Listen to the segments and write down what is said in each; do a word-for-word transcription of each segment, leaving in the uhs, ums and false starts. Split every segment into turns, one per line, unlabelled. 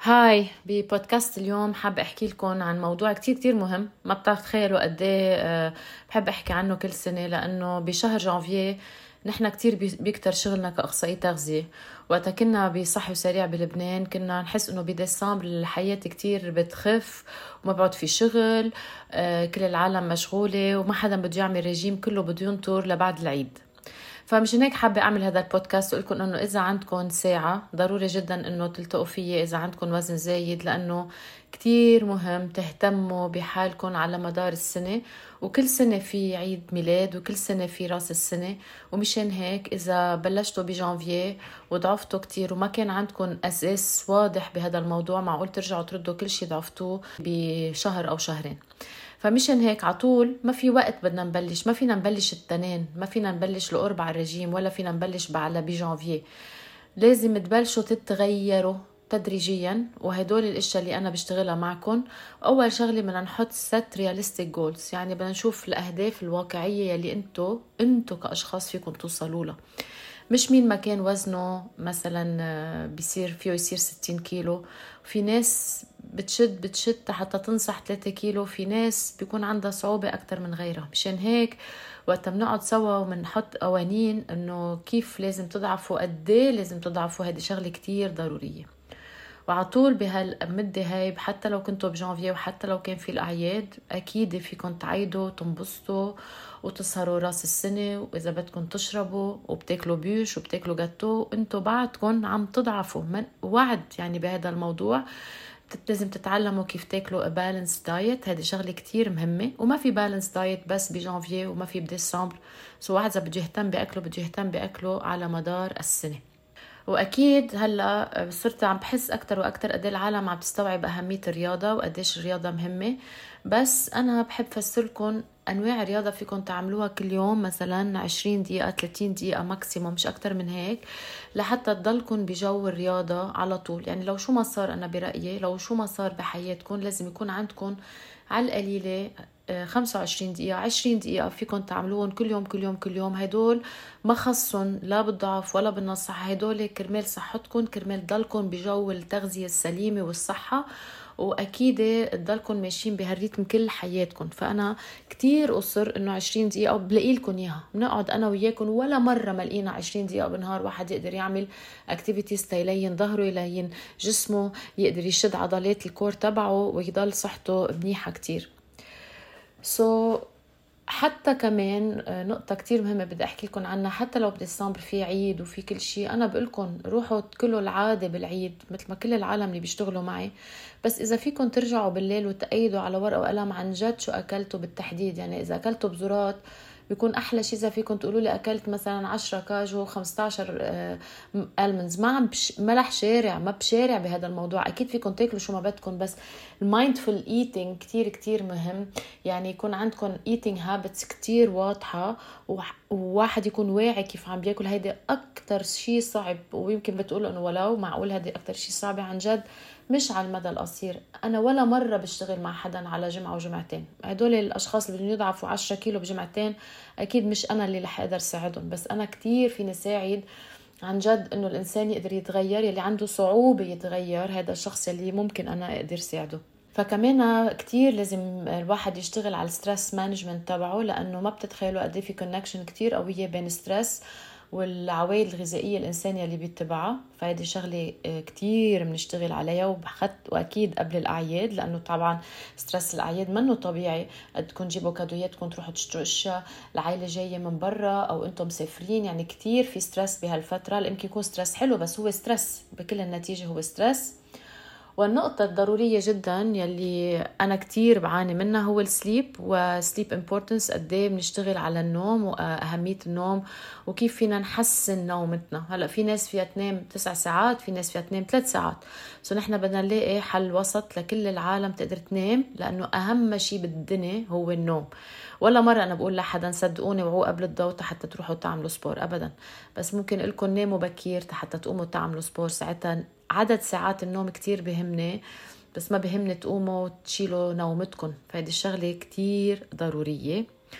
هاي ببودكاست اليوم حابة أحكي لكم عن موضوع كتير كتير مهم. ما بتتخيلوا قد ايه بحب أحكي عنه كل سنة، لأنه بشهر جانفيه نحن كتير بيكتر شغلنا كأخصائي تغذية. وقتا كنا بصحي وسريع بلبنان كنا نحس إنه بديسمبر الحياة كتير بتخف وما بعد في شغل، كل العالم مشغولة وما حدا بده يعمل ريجيم، كله بده ينطر لبعد العيد. فمشان هيك حابة أعمل هذا البودكاست وأقول لكم إنه إذا عندكم ساعة ضروري جدا إنه تلتقوا فيي إذا عندكم وزن زايد، لأنه كتير مهم تهتموا بحالكم على مدار السنة. وكل سنة في عيد ميلاد وكل سنة في راس السنة، ومشان هيك إذا بلشتوا بجانفيه وضعفتوا كتير وما كان عندكم أساس واضح بهذا الموضوع، معقول ترجعوا تردوا كل شي ضعفتوه بشهر أو شهرين. فمشان هيك عطول ما في وقت بدنا نبلش، ما فينا نبلش التنين، ما فينا نبلش القرب على الرجيم، ولا فينا نبلش على بجانفيه. لازم تبلشوا تتغيروا تدريجيا، وهدول الاشياء اللي انا بشتغلها معكم. اول شغله بدنا نحط set realistic goals، يعني بدنا نشوف الاهداف الواقعيه يلي انتو انتو كاشخاص فيكم توصلوا لها. مش مين ما كان وزنه مثلا بيصير فيه يصير ستين كيلو. في ناس بتشد بتشد حتى تنصح ثلاثة كيلو، في ناس بيكون عندها صعوبة أكتر من غيرها. مشان هيك وقت بنقعد سوا ومنحط قوانين إنه كيف لازم تضعفوا، قديه لازم تضعفوا، هذه شغلة كتير ضرورية. وعطول بهالمدة هاي حتى لو كنتوا بجانفيه وحتى لو كان في الأعياد، أكيد فيكم تعيدوا تنبسطوا وتسهروا راس السنة، وإذا بدكم تشربوا وبتاكلوا بيوش وبتاكلوا جاتو، انتوا بعدكم عم تضعفوا. من وعد يعني بهذا الموضوع لازم تتعلموا كيف تاكلوا بالانس دايت. هذه شغله كتير مهمه، وما في بالانس دايت بس بجانفيه وما في بديسمبر. سو واحد اذا بده يهتم باكله بده يهتم باكله على مدار السنه. واكيد هلا صرت عم بحس اكتر واكتر قد العالم عم تستوعب اهميه الرياضه وقديش الرياضه مهمه. بس انا بحب فسرلكم انواع الرياضه فيكم تعملوها كل يوم، مثلا عشرين دقيقه ثلاثين دقيقه ماكسيموم، مش اكتر من هيك، لحتى تضلكم بجو الرياضه على طول. يعني لو شو ما صار، انا برايي لو شو ما صار بحياتكم لازم يكون عندكم على القليله خمسة وعشرين دقيقة عشرين دقيقة فيكم تعملوهم كل يوم كل يوم كل يوم. هدول ما خصن لا بالضعف ولا بالنصح، هدول كرمال صحتكم، كرمال ضلكم بجو التغذية السليمة والصحة، وأكيد تضلكم ماشيين بهالريتم كل حياتكم. فأنا كتير أصر إنه عشرين دقيقة بلاقي لكم إياها، بنقعد أنا وياكم ولا مرة ما لقينا عشرين دقيقة بالنهار واحد يقدر يعمل أكتيفيتيز تيلين ظهره، يلين جسمه، يقدر يشد عضلات الكور تبعه ويضل صحته منيحة كتير. سو so, حتى كمان نقطة كتير مهمة بدي أحكي لكم عنها، حتى لو بديسمبر في عيد وفي كل شيء، أنا بقولكم روحوا تكلوا العادة بالعيد مثل ما كل العالم اللي بيشتغلوا معي. بس إذا فيكم ترجعوا بالليل وتأيدوا على ورقة وقلم عن جد شو أكلتوا بالتحديد. يعني إذا أكلتوا بزرات بيكون أحلى شيء إذا فيكم تقولوا لي أكلت مثلا عشرة كاجو خمستاشر ألمنز. ما عم بش... ملح شارع، ما بشارع بهذا الموضوع. أكيد فيكم تاكلوا شو ما بدكم، بس المايندفول ايتينج كتير كتير مهم. يعني يكون عندكم eating habits كتير واضحة، وواحد يكون واعي كيف عم بياكل. هيدا أكتر شيء صعب، ويمكن بتقولوا إنه ولو معقول هيدا أكتر شيء صعب، عن جد مش على المدى القصير. أنا ولا مرة بشتغل مع حدا على جمعة وجمعتين. هدول الأشخاص اللي يضعفوا عشرة كيلو بجمعتين أكيد مش أنا اللي رح أقدر ساعدهم، بس أنا كتير فيني ساعد عن جد إنه الإنسان يقدر يتغير. يلي عنده صعوبة يتغير هذا الشخص اللي ممكن أنا أقدر ساعده. فكمان كتير لازم الواحد يشتغل على الستريس مانجمنت تبعه، لأنه ما بتتخيلوا قد ايه في كونكشن كتير قوية بين الستريس والعوائد الغذائية الإنسانية اللي بيتبعها. فهذه شغلة كتير بنشتغل عليها، وبخط وأكيد قبل الأعياد، لأنه طبعا ستريس الأعياد منه طبيعي. قدكم جيبوا كادوياتكم تروحوا تشتروا أشياء، العائلة جاية من برا أو أنتم مسافرين، يعني كتير في ستريس بهالفترة. يمكن يكون ستريس حلو بس هو ستريس، بكل النتيجة هو ستريس. والنقطة الضرورية جدا يلي أنا كتير بعاني منها هو السليب وسليب امبورتنس. قديه بنشتغل على النوم وأهمية النوم وكيف فينا نحسن نومتنا. هلأ في ناس فيها تنام تسع ساعات، في ناس فيها تنام ثلاث ساعات. سو نحن بدنا نلاقي حل وسط لكل العالم تقدر تنام، لأنه أهم شيء بالدنيا هو النوم. ولا مرة أنا بقول لحدا صدقوني وعوا قبل الضوء حتى تروحوا تعملوا سبور أبدا، بس ممكن لكم ناموا بكير حتى تقوموا تعملوا سبور. ساعتها عدد ساعات النوم كتير بهمني، بس ما بهمني تقوموا تشيلوا نومتكم. فهذه الشغلة كتير ضرورية.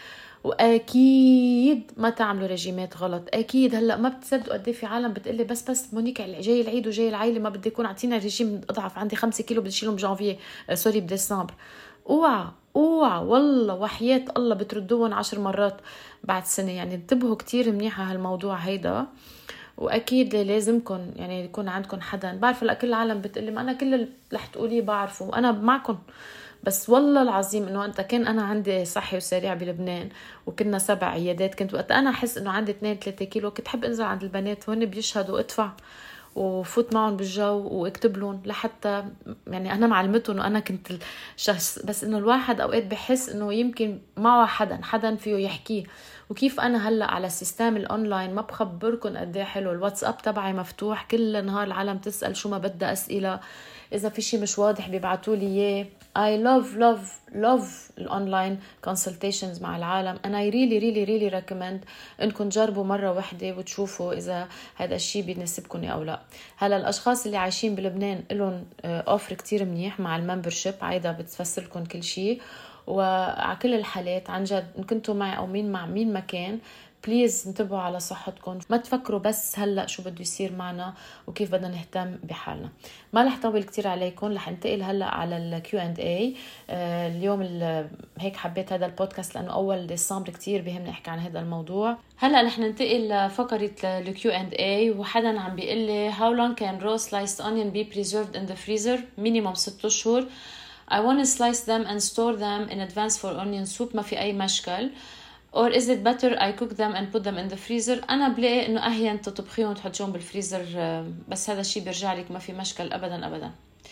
واكيد ما تعملوا رجيمات غلط. اكيد هلا ما بتصدقوا قد في عالم بتقلي بس بس مونيكا جاي العيد وجاي العائله ما بدي يكون اعطينا رجيم اضعف، عندي خمسة كيلو بدي اشيلهم بجانفيه آه سوري بديسمبر. اوعى اوعى والله وحياة الله بتردوهم عشر مرات بعد سنه. يعني انتبهوا كتير منيحه هالموضوع هيدا. واكيد لازمكم يعني يكون عندكم حدا. بعرف هلا كل العالم بتقلي ما انا كل اللي رح تقوليه بعرفه وانا معكم، بس والله العظيم انه انت كان انا عندي صحي وسريع بلبنان وكنا سبع عيادات، كنت وقت انا احس انه عندي اثنين ثلاثة كيلو كنت حب انزل عند البنات هون بيشهدوا ادفع وفوت معهم بالجو واكتب لهم لحتى يعني انا معلمتهم وانا كنت الشخص. بس انه الواحد اوقات بحس انه يمكن معه حدا حدا فيه يحكيه. وكيف انا هلا على السيستم الاونلاين ما بخبركم قد ايه حلو. الواتساب تبعي مفتوح كل نهار العالم تسال شو ما بدها اسئله، اذا في شيء مش واضح بيبعتوا لي اياه. I love love love الاونلاين consultations مع العالم and I really really really recommend انكم تجربوا مره واحده وتشوفوا اذا هذا الشيء بيناسبكم او لا. هلا الاشخاص اللي عايشين بلبنان لهم اوفر كتير منيح مع الممبرشيب، عايده بتفسر لكم كل شيء. وعلى كل الحالات عن جد ان كنتوا معي او مين مع مين مكان بليز انتبهوا على صحتكم، ما تفكروا بس هلأ شو بده يصير معنا وكيف بدنا نهتم بحالنا. ما رح طول كتير عليكم، رح انتقل هلأ على الكيو اند اي. اليوم هيك حبيت هذا البودكاست لأنه أول ديسمبر كتير بيهمني أحكي عن هذا الموضوع. هلأ رح ننتقل لفقرة الكيو اند اي، وحدا عم بيقول لي how long can raw sliced onion be preserved in the freezer minimum ستة شهور. I want to slice them and store them in advance for onion soup. ما في أي مشكل. or is it better I cook them and put them in the freezer. أنا بلاقي إنه أهين تطبخيهم وتحطيهم بالفريزر، بس هذا الشيء بيرجع لك ما في مشكل أبدا أبدا.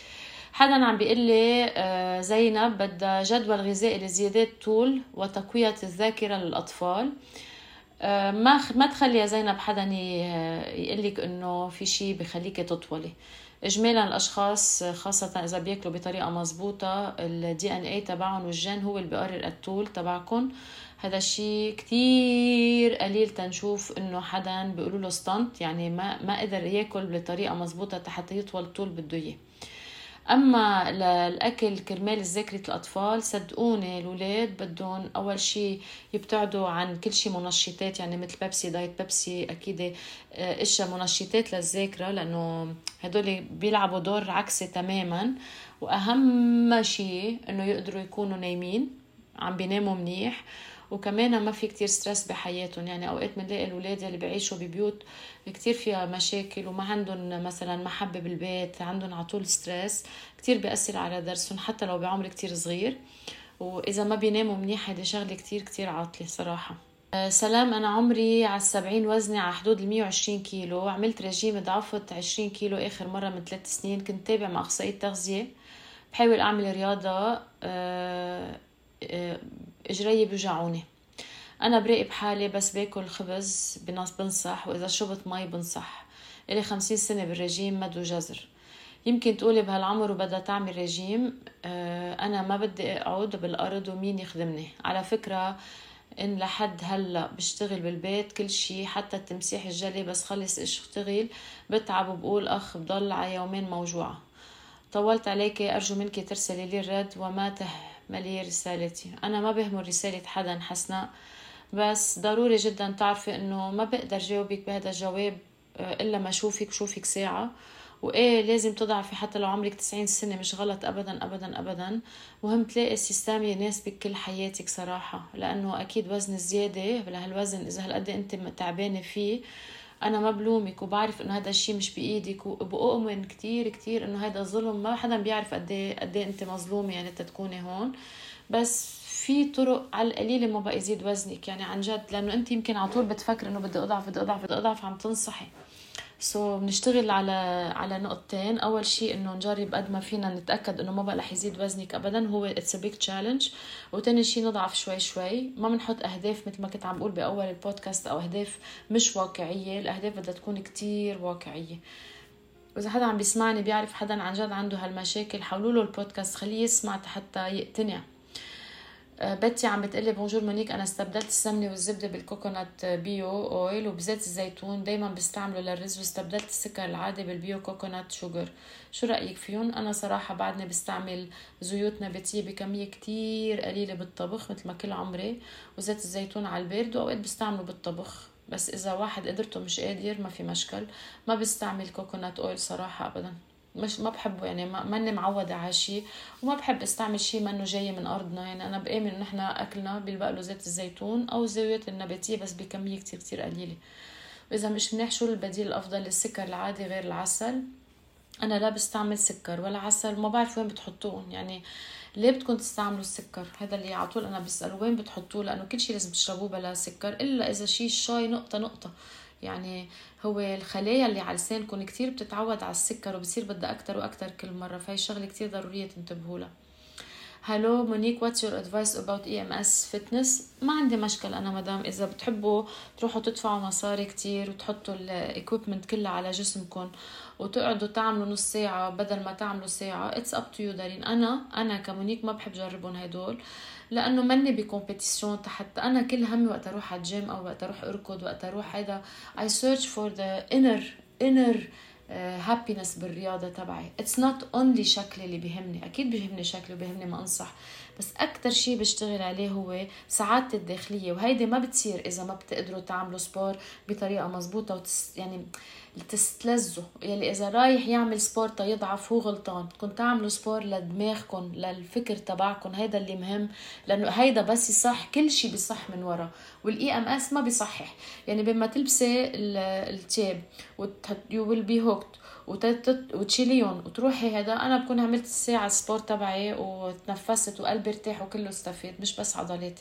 حدا عم بيقول لي زينب بدها جدول غذائي لزيادة طول وتقوية الذاكرة للأطفال. ما ما تخلي يا زينب حدا يقلك إنه في شيء بخليك تطولي. إجمالا الأشخاص خاصة إذا بيأكلوا بطريقة مضبوطة الدي ان اي تبعهم والجين هو اللي بيقرر الطول تبعكم. هذا الشيء كتير قليل تنشوف إنه حدا بيقولوا له ستانت يعني ما ما قدر يأكل بطريقة مضبوطة حتى يطول الطول بده إياه. أما للأكل كرمال ذاكرة الأطفال صدقوني الولاد بدهم أول شيء يبتعدوا عن كل شيء منشطات، يعني مثل بيبسي دايت بيبسي أكيد إشياء منشطات للذاكرة لأنه هدول بيلعبوا دور عكسي تماما. وأهم شيء إنه يقدروا يكونوا نايمين عم بيناموا منيح، وكمان ما في كتير سترس بحياتهم. يعني أوقات بنلاقي الولاد اللي بيعيشوا ببيوت كتير فيها مشاكل وما عندهم مثلا محبة بالبيت، عندهم عطول سترس كتير بيأثر على درسهم حتى لو بعمر كتير صغير. وإذا ما بيناموا منيح هذه شغلة كتير كتير عاطلة صراحة. سلام، أنا عمري على السبعين، وزني على حدود المية وعشرين كيلو، عملت رجيم ضعفت عشرين كيلو آخر مرة من ثلاث سنين، كنت تابع مع أخصائية تغذية، بحاول أعمل رياضة، إجري بيوجعوني. أنا براقب حالي بس باكل خبز بنص بنصح، وإذا شربت مي بنصح. إلي خمسين سنة بالرجيم مد وجزر. يمكن تقولي بهالعمر وبدها تعمل رجيم. أنا ما بدي أقعد بالأرض ومين يخدمني. على فكرة إن لحد هلأ بشتغل بالبيت كل شي حتى التمسيح الجلي، بس خلص اشتغل بتعب وبقول أخ بضل على يومين موجوعة. طولت عليكي، أرجو منك ترسلي لي الرد وما تهملي رسالتي. أنا ما بهمل رسالة حدا حسناء، بس ضروري جدا تعرفي إنه ما بقدر جاوبك بهذا الجواب إلا ما شوفك شوفك ساعة. وإيه لازم تضعفي حتى لو عمرك تسعين سنة، مش غلط أبدا أبدا أبدا. مهم تلاقي السيستم يناسبك كل حياتك صراحة، لأنه أكيد وزن زيادة بهالوزن إذا هالقد أنت تعبانة فيه أنا ما بلومك، وبعرف إنه هذا الشيء مش بإيدك، وبؤمن كتير كتير إنه هذا ظلم. ما حدا بيعرف قد إيه قد إيه أنت مظلومة يعني تتكوني هون، بس في طرق على القليلة ما بقى يزيد وزنك يعني عن جد، لأنه أنت يمكن على طول بتفكر إنه بدي أضعف بدي أضعف بدي أضعف عم تنصحي. سو so, بنشتغل على على نقطتين. اول شيء انه نجرب قد ما فينا نتاكد انه ما بقى رح يزيد وزنك ابدا، هو اتس ا بيج تشالنج. وتاني شيء نضعف شوي شوي، ما بنحط اهداف مثل ما كنت عم بقول باول البودكاست او اهداف مش واقعيه. الاهداف بدها تكون كتير واقعيه. واذا حدا عم بيسمعني بيعرف حدا عن جد عنده هالمشاكل، حاولوا له البودكاست، خليه يسمع حتى يقتنع. بتي عم بتقلي بونجور مونيك، انا استبدلت السمنه والزبده بالكوكونات بيو اويل وبزيت الزيتون دايما بستعمله للرز، واستبدلت السكر العادي بالبيو كوكونات شوجر. شو رايك فيهم؟ انا صراحه بعدني بستعمل زيوت نباتيه بكميه كتير قليله بالطبخ مثل ما كل عمري، وزيت الزيتون على البارد، واوقات بستعمله بالطبخ، بس اذا واحد قدرته مش قادر ما في مشكل. ما بستعمل كوكونات اويل صراحه ابدا، مش ما بحبه يعني، ما ماني معودة على شيء، وما بحب استعمل شيء منه جاي من ارضنا. يعني انا بآمن ان احنا اكلنا بيلبق له زيت الزيتون او الزيوت النباتية بس بكمية كتير كتير قليلة. واذا مش منيح شو البديل الافضل للسكر العادي غير العسل؟ انا لا بستعمل سكر ولا عسل، وما بعرف وين بتحطوهم. يعني ليه بدكم تستعملوا السكر؟ هذا اللي على طول انا بسأله، وين بتحطوه؟ لانه كل شيء لازم تشربوه بلا سكر، الا اذا شيء الشاي نقطة نقطة. يعني هو الخلايا اللي على لسانكم كتير بتتعود على السكر وبصير بدها اكتر واكتر كل مرة، فهي شغلة كتير ضرورية تنتبهوا لها. هالو مونيك، واتس يور ادفايس اباوت اي ام اس فيتنس؟ ما عندي مشكل انا مدام، اذا بتحبوا تروحوا تدفعوا مصاري كتير وتحطوا الايكويبمنت كلها على جسمكم وتقعدوا تعملوا نص ساعة بدل ما تعملوا ساعة، اتس اب تو يو دارين. انا انا كمونيك ما بحب جربهم هدول، لانه مني بكومبيتيشن. حتى انا كل همي وقت اروح على الجيم او وقت اروح اركض وقت اروح هيدا I search for the inner inner هابينس بالرياضة تبعي. it's not only شكلي اللي بيهمني، أكيد بيهمني شكلي وبيهمني ما أنصح، بس أكتر شيء بشتغل عليه هو سعادتي الداخلية، وهيدي ما بتصير إذا ما بتقدروا تعملوا سبور بطريقة مزبوطة وتس يعني تستلذوا. يلي إذا رايح يعمل سبور تيضعف هو غلطان. كنت تعملوا سبور لدماغكم للفكر تبعكم، هيدا اللي مهم، لأنه هيدا بس يصح كل شيء بيصح من ورا، والإي أم أس ما بيصحح. يعني بما تلبسي التياب you will be hooked وتشيليون وتروحي، هذا أنا بكون عملت الساعة سبور تبعي وتنفست وقلبي ارتاح وكله استفيد، مش بس عضلاتي.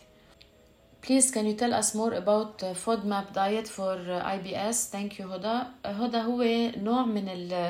Please can you tell us more about FODMAP diet for I B S? Thank you هدى. هدى هو نوع من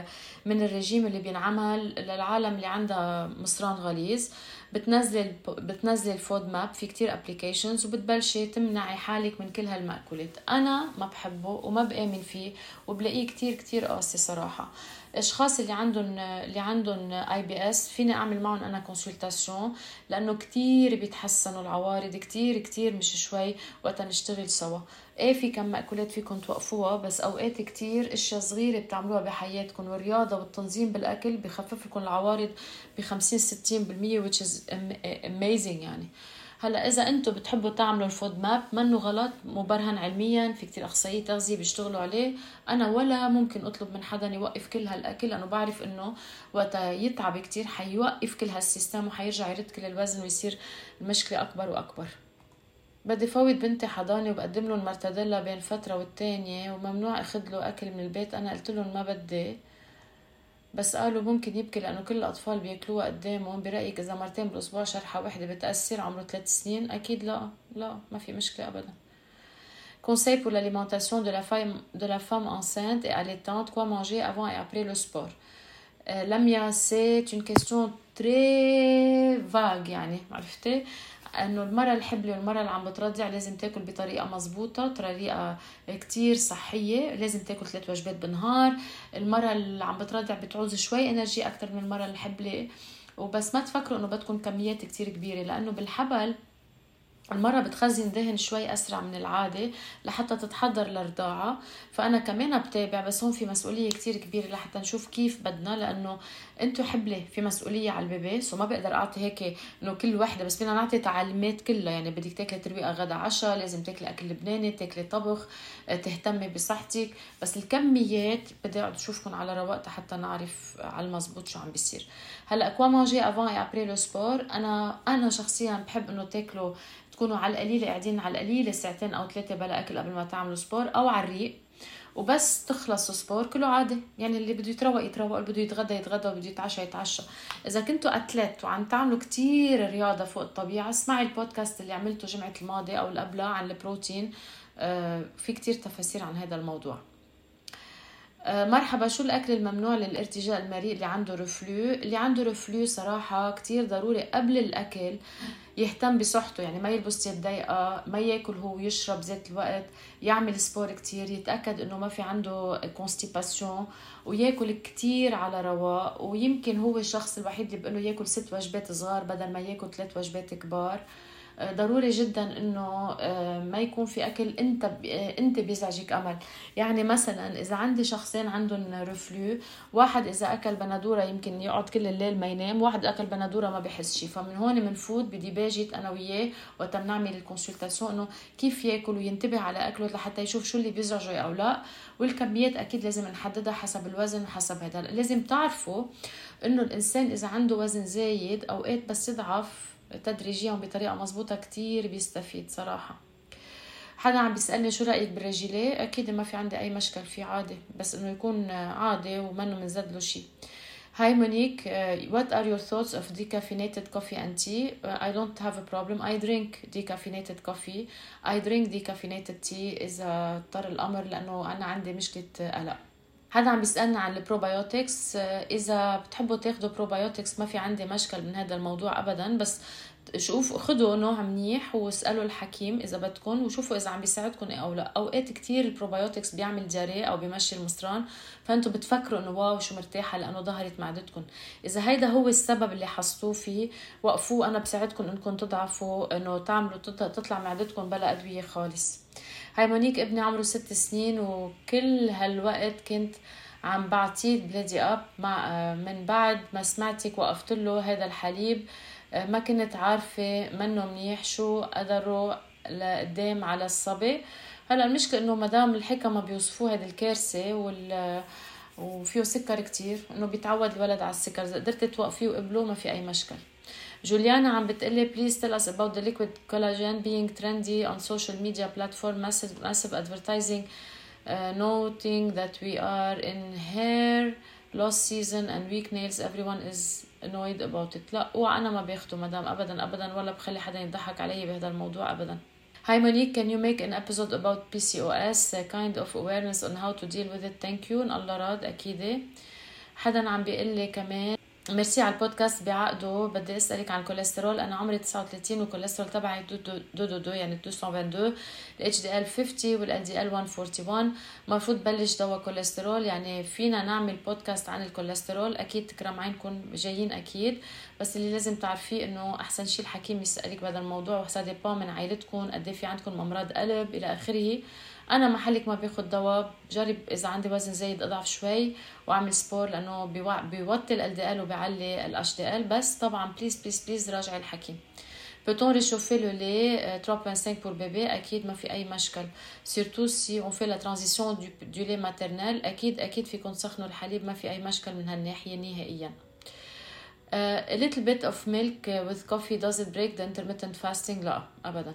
من الرجيم اللي بينعمل للعالم اللي عندها مصران غليظ. بتنزل بتنزل الفود ماب في كتير ابليكيشنز وبتبلشي تمنعي حالك من كل هالمأكولات. انا ما بحبه وما بآمن فيه وبلاقيه كتير كتير قاسي صراحه. الاشخاص اللي عندهم اللي عندهم اي بي اس فيني اعمل معهم انا كونسلتاسيون، لانه كتير بيتحسنوا العوارض كتير كتير مش شوي وقت نشتغل سوا. ايه في كم مأكولات فيكم توقفوها، بس اوقات كتير اشياء صغيره بتعملوها بحياتكم، والرياضه والتنظيم بالاكل بخفف لكم العوارض ب خمسين ستين بالمية which is amazing. يعني هلا اذا انتم بتحبوا تعملوا الفود ماب منه غلط، مبرهن علميا، في كتير اخصائيين تغذيه بيشتغلوا عليه. انا ولا ممكن اطلب من حدا يوقف كل هالاكل، لانه بعرف انه وقت يتعب كتير حيوقف كل هالسيستم وحيرجع يرد كل الوزن ويصير المشكله اكبر واكبر. بدي فوت بنتي حضانه وبقدم لهم مرتديلا بين فتره والتانية، وممنوع اخذ له اكل من البيت. انا قلت لهم ما بدي، بس قالوا ممكن يبكي لأنه كل الأطفال بياكلوها قدامهم. برأيك إذا مرتين بالأسبوع شرحة واحدة بتأثر؟ عمره ثلاث سنين أكيد لا لا ما في مشكلة أبدا. Conseil pour l'alimentation de la femme, de la femme enceinte et allaitante, quoi manger avant et après le sport? euh, Lamia, c'est une question très vague يعني عرفتي؟ انه المرأة الحبلة والمرأة اللي عم بترضع لازم تاكل بطريقة مزبوطة، طريقة كتير صحية، لازم تاكل ثلاث وجبات بالنهار. المرأة اللي عم بترضع بتعوز شوي انرجي اكتر من المرأة الحبلة، وبس ما تفكروا انه بدكم كميات كتير كبيرة، لانه بالحبل المرة بتخزن دهن شوي أسرع من العادة لحتى تتحضر للرضاعة. فأنا كمان بتابع، بس هون في مسؤولية كتير كبيرة لحتى نشوف كيف بدنا، لأنه أنتو حبلة في مسؤولية على البيبي، سو ما بقدر أعطي هيك إنه كل واحدة، بس بدنا نعطي تعليمات كلها. يعني بدك تاكلي ترويقة غدا عشاء، لازم تاكلي أكل لبناني، تاكلي طبخ، تهتمي بصحتك، بس الكميات بدي أقعد أشوفكم على رواقتها حتى نعرف على المزبوط شو عم بيصير. هلا كوا مانجي افون اي ابري لو سبور، انا انا شخصيا بحب انه تاكلوا تكونوا على القليله قاعدين على القليله ساعتين او ثلاثه بلا اكل قبل ما تعملوا سبور، او على الريق وبس تخلصوا سبور كله عادي. يعني اللي بده يتروق يتروق، اللي بده يتغدى يتغدى، وبده يتعشى يتعشى. اذا كنتوا اتلت وعم تعملوا كتير رياضه فوق الطبيعه، اسمعي البودكاست اللي عملته جمعه الماضي او اللي قبلها عن البروتين، آه في كتير تفاسير عن هذا الموضوع. مرحبا، شو الأكل الممنوع للارتجاء المريء اللي عنده رفلو؟ اللي عنده رفلو صراحة كتير ضروري قبل الأكل يهتم بصحته، يعني ما يلبس تياب ضيقة، ما ياكل هو يشرب ذات الوقت، يعمل سبور كتير، يتأكد انه ما في عنده كونستيباسيون، وياكل كتير على رواق. ويمكن هو الشخص الوحيد اللي بقوله ياكل ست وجبات صغار بدل ما ياكل ثلاث وجبات كبار. ضروري جدا انه ما يكون في اكل انت انت بيزعجك امل. يعني مثلا اذا عندي شخصين عندهم رفلو، واحد اذا اكل بندوره يمكن يقعد كل الليل ما ينام، واحد اكل بندوره ما بحس شيء. فمن هون بنفوت بديباجه انا وياه وقت بنعمل الكونسلتاسيون انه كيف ياكل وينتبه على اكله لحتى يشوف شو اللي بيزعجه او لا. والكميات اكيد لازم نحددها حسب الوزن وحسب هذا. لازم تعرفوا انه الانسان اذا عنده وزن زايد اوقات بس يضعف تدريجيا وبطريقه مزبوطه كتير بيستفيد صراحه. حدا عم بيسألني شو رأيك بالرجيلة؟ أكيد ما في عندي أي مشكل فيه، عادي، بس إنه يكون عادي ومنه منزد له شيء. Hi Monique, uh, what are your thoughts of decaffeinated coffee and tea? Uh, I don't have a problem. I drink decaffeinated coffee. I drink decaffeinated tea إذا اضطر الأمر، لأنه أنا عندي مشكلة قلق. حدا عم بيسألنا عن البروبايوتكس. إذا بتحبوا تاخدوا بروبايوتكس ما في عندي مشكل من هذا الموضوع أبدا، بس شوفوا خدوا نوع منيح واسألوا الحكيم إذا بدكم، وشوفوا إذا عم بيساعدكم أو لا. أوقات كتير البروبايوتكس بيعمل جارية أو بيمشي المصران، فأنتوا بتفكروا إنه واو شو مرتاحة لأنه ظهرت معدتكم. إذا هيدا هو السبب اللي حصتوه فيه وقفوه، أنا بساعدكم إنكم تضعفوا، إنه تعملوا تطلع معدتكم بلا أدوية خالص. هاي مونيك، ابني عمره ست سنين وكل هالوقت كنت عم بعطيه بلادي أب مع من بعد ما سمعتك وقفت له هذا الحليب. ما كنت عارفة منه منيح شو قدروا لقدام على الصبي. هلا المشكلة انه مدام الحكمة بيوصفوه هذه الكارثة وال وفيه سكر كتير، انه بيتعود الولد على السكر. اذا قدرت توقفيه وقبله ما في اي مشكل. جوليانا عم بتقلي please tell us about the liquid collagen being trendy on social media platform, massive, massive advertising, uh, noting that we are in hair loss season and weak nails, everyone is annoyed about it. لا وانا ما باخده مدام ابدا ابدا، ولا بخلي حدا يضحك علي بهذا الموضوع ابدا. Hi Monique, can you make an episode about P C O S, a kind of awareness on how to deal with it? Thank you. الله راد أكيد. حدا عم بيقول لي كمان ميرسي على البودكاست بعقده، بدي أسألك عن الكوليسترول. أنا عمري تسعة وثلاثين والكوليسترول تبعي دو دو دو دو, دو يعني مئتين واثنين وعشرين، ال H D L خمسين وال L D L مئة وواحد وأربعين. مفروض بلش دواء كوليسترول. يعني فينا نعمل بودكاست عن الكوليسترول، أكيد تكرم عينكم جايين أكيد، بس اللي لازم تعرفيه إنه أحسن شيء الحكيم يسألك بهذا الموضوع، وسا ديبا من عائلتكم قد ايه في عندكم أمراض قلب إلى آخره. انا محلك ما باخد دواء، بجرب اذا عندي وزن زايد اضعف شوي واعمل سبور، لانه بيوطي ال L D L وبيعلي ال H D L. بس طبعا بليز بليز بليز راجعي الحكيم. peut-on réchauffer le lait trois virgule cinq pour bébé؟ اكيد ما في اي مشكل، surtout si on fait la transition du, du lait maternel. اكيد اكيد فيكم تسخنوا الحليب، ما في اي مشكل من هالناحيه نهائيا. uh, a little bit of milk with coffee does it break the intermittent fasting؟ لا ابدا.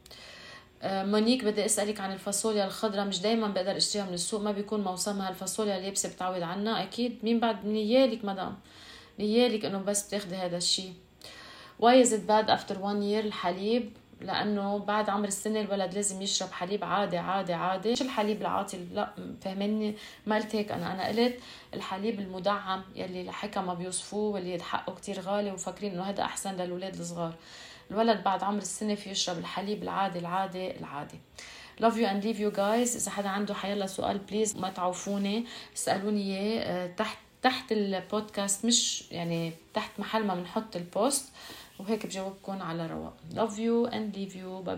مونيك، بدي اسالك عن الفاصوليا الخضراء، مش دايما بقدر اشتريها من السوق، ما بيكون موسمها. الفاصوليا اليابسه بتعود عنها اكيد. مين بعد نيالك مدام، نيالك انه بس بتاخدي هذا الشيء. why is it bad after one year الحليب؟ لانه بعد عمر السنه الولد لازم يشرب حليب عادي عادي عادي، مش الحليب العاطل، لا فهمني، ما قلت هيك. انا انا قلت الحليب المدعم يلي لحكا ما بيوصفوه واللي حقه كتير غالي وفاكرين انه هذا احسن للولاد الصغار. الولد بعد عمر السنة في يشرب الحليب العادي العادي العادي. love you and leave you guys. إذا حدا عنده حيلا سؤال بليز ما تعوفوني، اسألوني إياه تحت تحت البودكاست، مش يعني تحت محل ما بنحط البوست، وهيك بجاوبكم على رواق. love you and leave you. bye.